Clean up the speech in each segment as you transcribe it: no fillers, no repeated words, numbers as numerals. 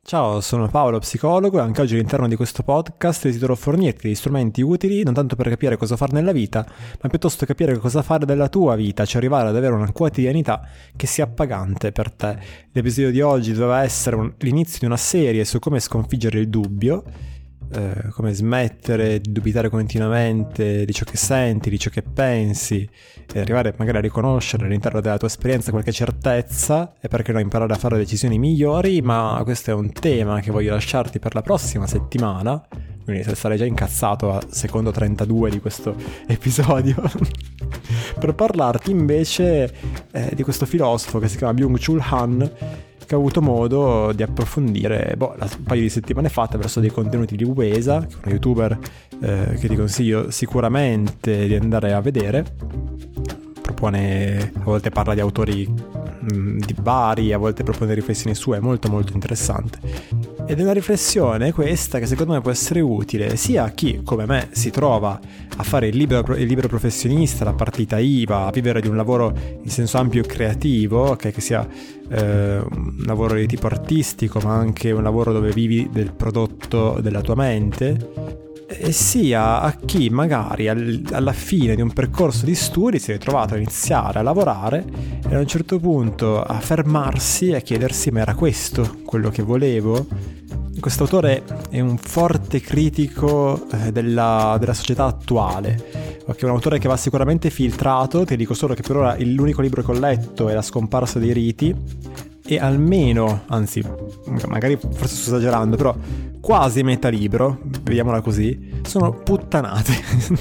Ciao, sono Paolo, psicologo, e anche oggi all'interno di questo podcast desidero fornirti degli strumenti utili non tanto per capire cosa fare nella vita, ma piuttosto capire cosa fare della tua vita, cioè arrivare ad avere una quotidianità che sia appagante per te. L'episodio di oggi doveva essere l'inizio di una serie su come sconfiggere il dubbio, come smettere di dubitare continuamente di ciò che senti, di ciò che pensi, e arrivare magari a riconoscere all'interno della tua esperienza qualche certezza e perché no imparare a fare decisioni migliori. Ma questo è un tema che voglio lasciarti per la prossima settimana, quindi se sarai già incazzato a secondo 32 di questo episodio per parlarti invece di questo filosofo che si chiama Byung-Chul Han, che ho avuto modo di approfondire un paio di settimane fa attraverso dei contenuti di Uesa, che è uno youtuber che ti consiglio sicuramente di andare a vedere. Propone, a volte parla di autori di vari, a volte propone riflessioni sue, è molto molto interessante. Ed è una riflessione questa che secondo me può essere utile sia a chi, come me, si trova a fare il libero professionista, la partita IVA, a vivere di un lavoro in senso ampio creativo, che sia un lavoro di tipo artistico, ma anche un lavoro dove vivi del prodotto della tua mente, e sia a chi magari alla fine di un percorso di studi si è ritrovato a iniziare a lavorare e a un certo punto a fermarsi e a chiedersi: ma era questo quello che volevo? Quest'autore è un forte critico della società attuale, è un autore che va sicuramente filtrato. Ti dico solo che per ora l'unico libro che ho letto è La scomparsa dei riti, e almeno, anzi magari forse sto esagerando, però quasi metà libro, vediamola così, sono puttanate.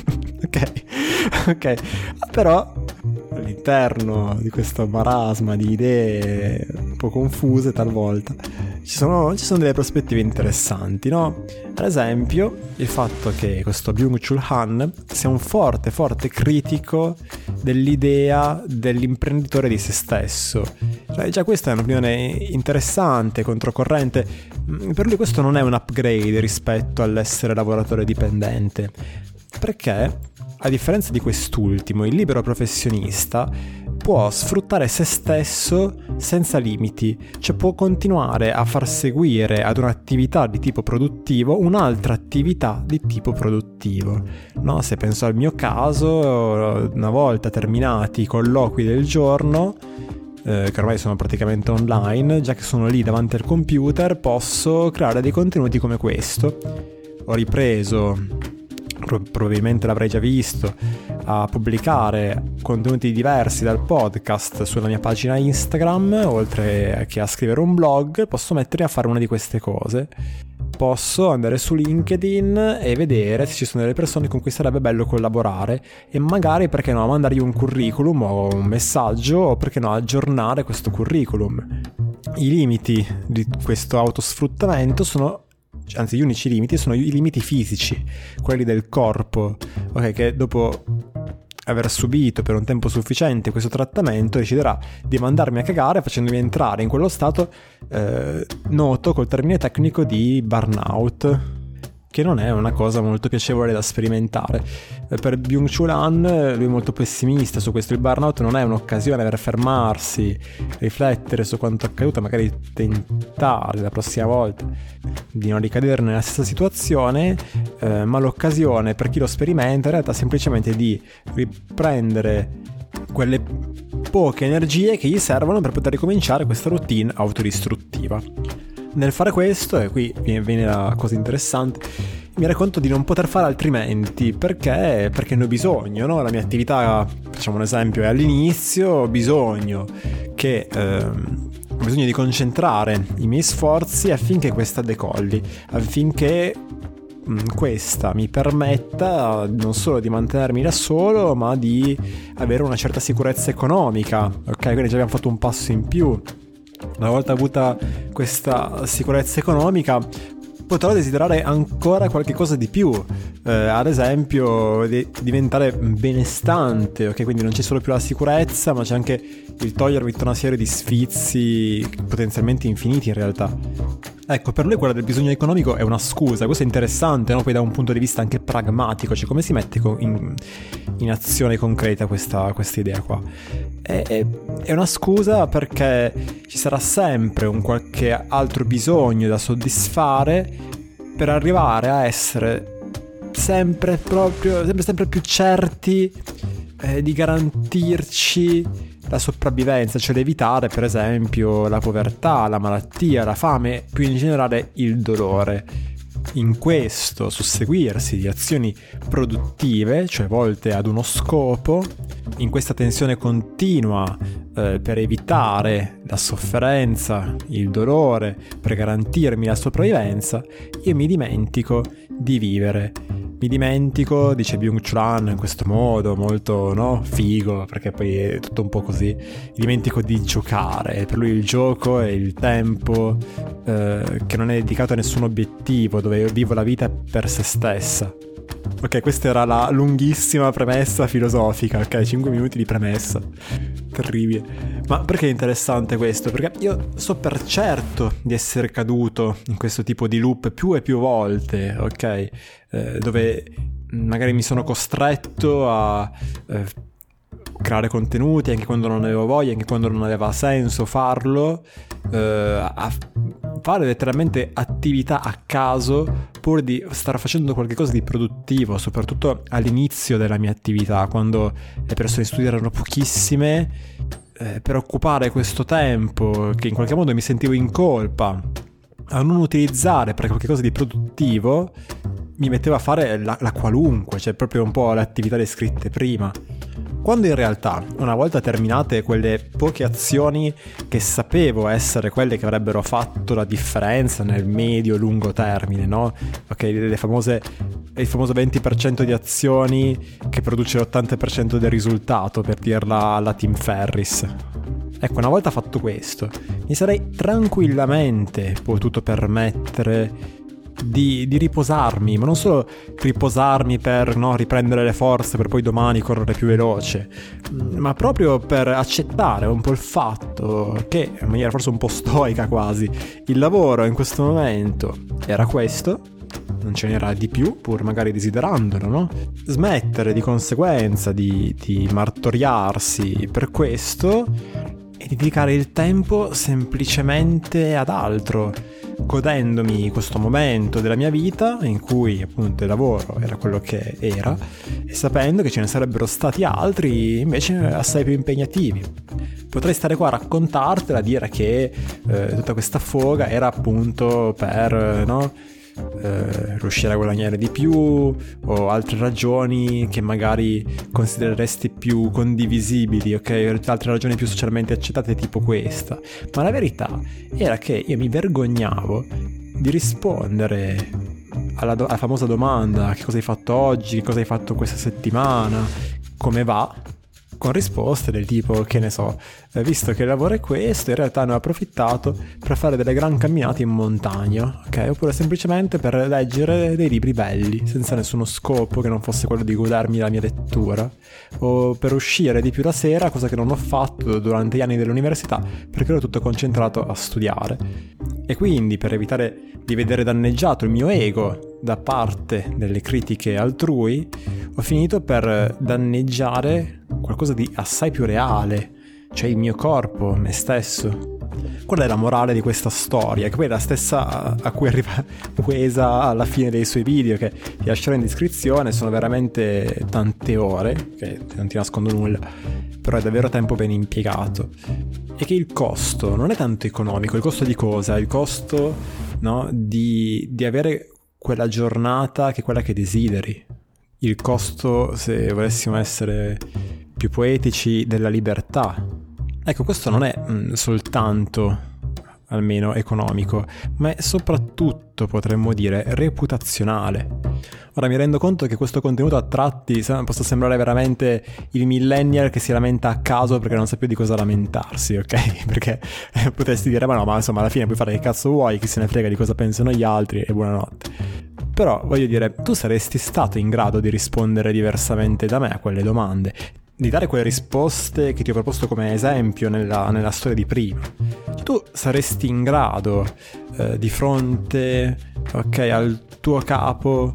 ok, però all'interno di questo marasma di idee un po' confuse talvolta ci sono delle prospettive interessanti, no? Ad esempio il fatto che questo Byung-Chul Han sia un forte critico dell'idea dell'imprenditore di se stesso. Cioè, già questa è un'opinione interessante, controcorrente. Per lui questo non è un upgrade rispetto all'essere lavoratore dipendente, perché a differenza di quest'ultimo, il libero professionista può sfruttare se stesso senza limiti, cioè può continuare a far seguire ad un'attività di tipo produttivo un'altra attività di tipo produttivo, no? Se penso al mio caso, una volta terminati i colloqui del giorno, che ormai sono praticamente online, già che sono lì davanti al computer, posso creare dei contenuti come questo. Ho ripreso, probabilmente l'avrai già visto, a pubblicare contenuti diversi dal podcast sulla mia pagina Instagram. Oltre che a scrivere un blog, posso mettermi a fare una di queste cose. Posso andare su LinkedIn e vedere se ci sono delle persone con cui sarebbe bello collaborare e magari, perché no, mandargli un curriculum o un messaggio, o perché no, aggiornare questo curriculum. I limiti di questo autosfruttamento anzi gli unici limiti sono i limiti fisici, quelli del corpo, ok, che dopo aver subito per un tempo sufficiente questo trattamento deciderà di mandarmi a cagare facendomi entrare in quello stato noto col termine tecnico di burnout, che non è una cosa molto piacevole da sperimentare. Per Byung-Chul Han, lui è molto pessimista su questo. Il burnout non è un'occasione per fermarsi, riflettere su quanto è accaduto, magari tentare la prossima volta di non ricadere nella stessa situazione, ma l'occasione per chi lo sperimenta in realtà è semplicemente di riprendere quelle poche energie che gli servono per poter ricominciare questa routine autodistruttiva. Nel fare questo, e qui viene la cosa interessante, mi rendo conto di non poter fare altrimenti, perché ne ho bisogno, no? La mia attività, facciamo un esempio, è all'inizio, ho bisogno di concentrare i miei sforzi affinché questa decolli, affinché questa mi permetta non solo di mantenermi da solo, ma di avere una certa sicurezza economica, ok? Quindi già abbiamo fatto un passo in più. Una volta avuta questa sicurezza economica, potrò desiderare ancora qualche cosa di più, ad esempio diventare benestante, ok? Quindi non c'è solo più la sicurezza, ma c'è anche il togliermi tutta una serie di sfizi potenzialmente infiniti in realtà. Ecco, per lui quella del bisogno economico è una scusa. Questo è interessante, no? Poi da un punto di vista anche pragmatico, cioè come si mette in azione concreta questa idea qua. È una scusa perché ci sarà sempre un qualche altro bisogno da soddisfare per arrivare a essere sempre più certi di garantirci la sopravvivenza, cioè di evitare per esempio la povertà, la malattia, la fame, più in generale il dolore. In questo susseguirsi di azioni produttive, cioè volte ad uno scopo, in questa tensione continua per evitare la sofferenza, il dolore, per garantirmi la sopravvivenza, io mi dimentico di vivere. Mi dimentico, dice Byung-Chul Han in questo modo molto, no, figo, perché poi è tutto un po' così, mi dimentico di giocare. Per lui il gioco è il tempo che non è dedicato a nessun obiettivo, dove io vivo la vita per se stessa. Ok, questa era la lunghissima premessa filosofica, ok, 5 minuti di premessa, terribile. Ma perché è interessante questo? Perché io so per certo di essere caduto in questo tipo di loop più e più volte, ok? Dove magari mi sono costretto a creare contenuti anche quando non avevo voglia, anche quando non aveva senso farlo, a fare letteralmente attività a caso pur di star facendo qualcosa di produttivo, soprattutto all'inizio della mia attività, quando le persone in studio erano pochissime, per occupare questo tempo che in qualche modo mi sentivo in colpa a non utilizzare per qualcosa di produttivo, mi mettevo a fare la qualunque, cioè proprio un po' le attività descritte prima. Quando in realtà, una volta terminate quelle poche azioni che sapevo essere quelle che avrebbero fatto la differenza nel medio-lungo termine, no? Ok, il famoso 20% di azioni che produce l'80% del risultato, per dirla alla Tim Ferriss. Ecco, una volta fatto questo, mi sarei tranquillamente potuto permettere di riposarmi, ma non solo riposarmi per riprendere le forze per poi domani correre più veloce, ma proprio per accettare un po' il fatto che, in maniera forse un po' stoica quasi, il lavoro in questo momento era questo, non ce n'era di più, pur magari desiderandolo, no? Smettere di conseguenza di martoriarsi per questo e dedicare il tempo semplicemente ad altro, godendomi questo momento della mia vita in cui appunto il lavoro era quello che era e sapendo che ce ne sarebbero stati altri invece assai più impegnativi. Potrei stare qua a raccontartela, a dire che tutta questa foga era appunto per riuscire a guadagnare di più o altre ragioni che magari considereresti più condivisibili, ok? Altre ragioni più socialmente accettate tipo questa, ma la verità era che io mi vergognavo di rispondere alla famosa domanda: che cosa hai fatto oggi, che cosa hai fatto questa settimana, come va? Con risposte del tipo, che ne so, visto che il lavoro è questo, in realtà ne ho approfittato per fare delle gran camminate in montagna, ok? Oppure semplicemente per leggere dei libri belli, senza nessuno scopo che non fosse quello di godermi la mia lettura, o per uscire di più la sera, cosa che non ho fatto durante gli anni dell'università, perché ero tutto concentrato a studiare. E quindi, per evitare di vedere danneggiato il mio ego da parte delle critiche altrui, ho finito per danneggiare qualcosa di assai più reale, cioè il mio corpo, me stesso. Qual è la morale di questa storia? Che poi è la stessa a cui arriva Uesa alla fine dei suoi video, che ti lascerò in descrizione. Sono veramente tante ore, che non ti nascondo nulla, però è davvero tempo ben impiegato. E che il costo non è tanto economico. Il costo di cosa? Il costo, no, di avere quella giornata che è quella che desideri. Il costo, se volessimo essere più poetici, della libertà. Ecco, questo non è soltanto, almeno economico, ma è soprattutto, potremmo dire, reputazionale. Ora mi rendo conto che questo contenuto a tratti possa sembrare veramente il millennial che si lamenta a caso perché non sa più di cosa lamentarsi, ok? Perché potresti dire, ma no, ma insomma alla fine puoi fare che cazzo vuoi, chi se ne frega di cosa pensano gli altri e buonanotte. Però voglio dire, tu saresti stato in grado di rispondere diversamente da me a quelle domande. di dare quelle risposte che ti ho proposto come esempio nella storia di prima. Tu saresti in grado di fronte, al tuo capo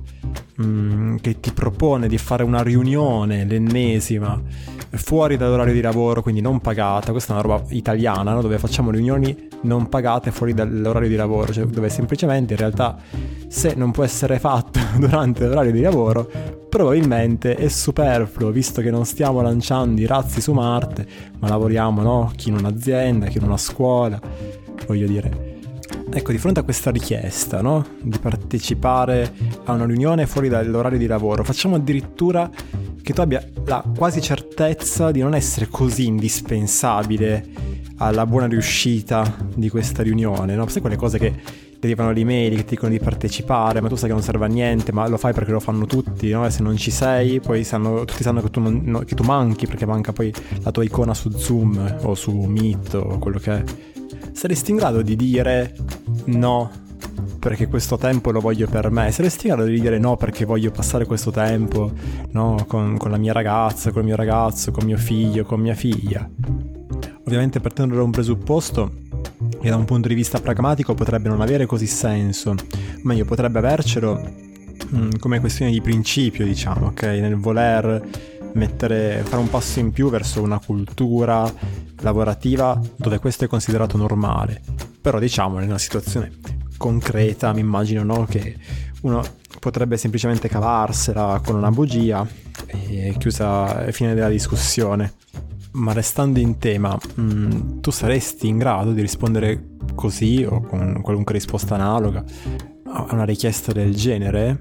che ti propone di fare una riunione, l'ennesima, fuori dall'orario di lavoro, quindi non pagata. Questa è una roba italiana, no? Dove facciamo riunioni non pagate fuori dall'orario di lavoro, cioè dove semplicemente in realtà, se non può essere fatto durante l'orario di lavoro, probabilmente è superfluo, visto che non stiamo lanciando i razzi su Marte, ma lavoriamo, no? Chi in un'azienda, chi in una scuola, voglio dire. Ecco, di fronte a questa richiesta, no? Di partecipare a una riunione fuori dall'orario di lavoro, facciamo addirittura che tu abbia la quasi certezza di non essere così indispensabile alla buona riuscita di questa riunione, no? Sai quelle cose che ti arrivano l'email, che ti dicono di partecipare, ma tu sai che non serve a niente, ma lo fai perché lo fanno tutti, no? E se non ci sei, poi tutti sanno che che tu manchi, perché manca poi la tua icona su Zoom o su Meet o quello che è. Saresti in grado di dire no perché questo tempo lo voglio per me? Saresti in grado di dire no perché voglio passare questo tempo, no, con la mia ragazza, col mio ragazzo, con mio figlio, con mia figlia? Ovviamente partendo da un presupposto che da un punto di vista pragmatico potrebbe non avere così senso, o meglio potrebbe avercelo come questione di principio, diciamo, ok? Nel voler fare un passo in più verso una cultura lavorativa dove questo è considerato normale. Però diciamo, in una situazione concreta mi immagino, no, che uno potrebbe semplicemente cavarsela con una bugia e chiusa fine della discussione. Ma restando in tema, tu saresti in grado di rispondere così o con qualunque risposta analoga a una richiesta del genere?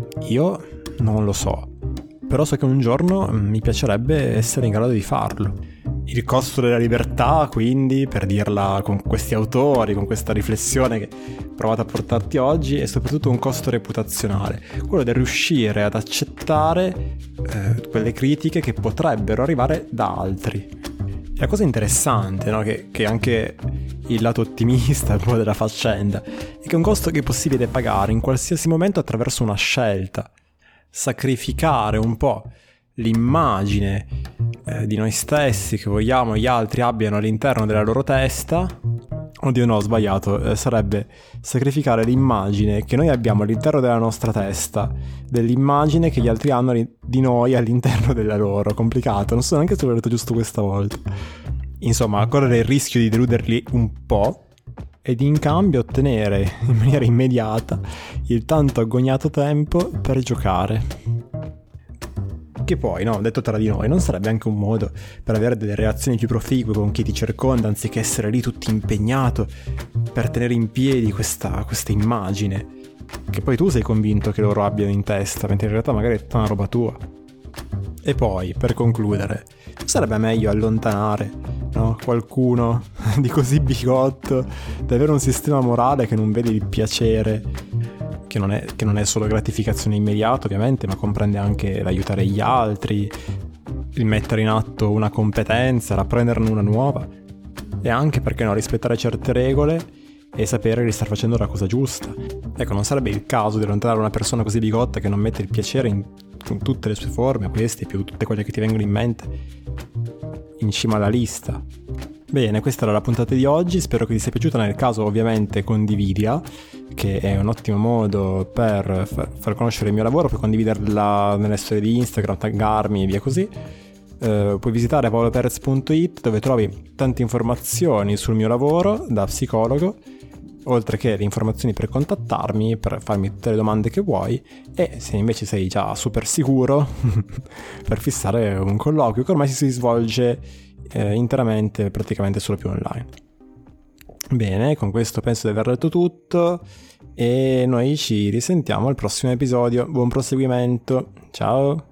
Io non lo so, però so che un giorno mi piacerebbe essere in grado di farlo. Il costo della libertà, quindi, per dirla con questi autori, con questa riflessione che ho provato a portarti oggi, è soprattutto un costo reputazionale, quello del riuscire ad accettare quelle critiche che potrebbero arrivare da altri. E la cosa interessante, no? che anche il lato ottimista un po' della faccenda, è che è un costo che è possibile pagare in qualsiasi momento attraverso una scelta. Sacrificare un po' l'immagine di noi stessi che vogliamo gli altri abbiano all'interno della loro testa. Oddio no, ho sbagliato, sarebbe sacrificare l'immagine che noi abbiamo all'interno della nostra testa dell'immagine che gli altri hanno di noi all'interno della loro. Complicato, non so neanche se l'ho detto giusto questa volta. Insomma, correre il rischio di deluderli un po' ed in cambio ottenere in maniera immediata il tanto agognato tempo per giocare. Che poi, no, detto tra di noi, non sarebbe anche un modo per avere delle reazioni più proficue con chi ti circonda, anziché essere lì tutto impegnato per tenere in piedi questa immagine che poi tu sei convinto che loro abbiano in testa, mentre in realtà magari è tutta una roba tua. E poi, per concludere, sarebbe meglio allontanare, no, qualcuno di così bigotto da avere un sistema morale che non vede il piacere, che non è solo gratificazione immediata ovviamente, ma comprende anche l'aiutare gli altri, il mettere in atto una competenza, l'apprenderne una nuova, e anche, perché no, rispettare certe regole e sapere di star facendo la cosa giusta. Ecco, non sarebbe il caso di allontanare una persona così bigotta che non mette il piacere in tutte le sue forme, queste più tutte quelle che ti vengono in mente, in cima alla lista. Bene, questa era la puntata di oggi, spero che ti sia piaciuta. Nel caso ovviamente condividila, che è un ottimo modo per far conoscere il mio lavoro, puoi condividerla nelle storie di Instagram, taggarmi e via così. Puoi visitare paoloperez.it, dove trovi tante informazioni sul mio lavoro da psicologo, oltre che le informazioni per contattarmi, per farmi tutte le domande che vuoi, e se invece sei già super sicuro per fissare un colloquio che ormai si svolge interamente, praticamente solo più online. Bene, con questo penso di aver detto tutto e noi ci risentiamo al prossimo episodio. Buon proseguimento, ciao!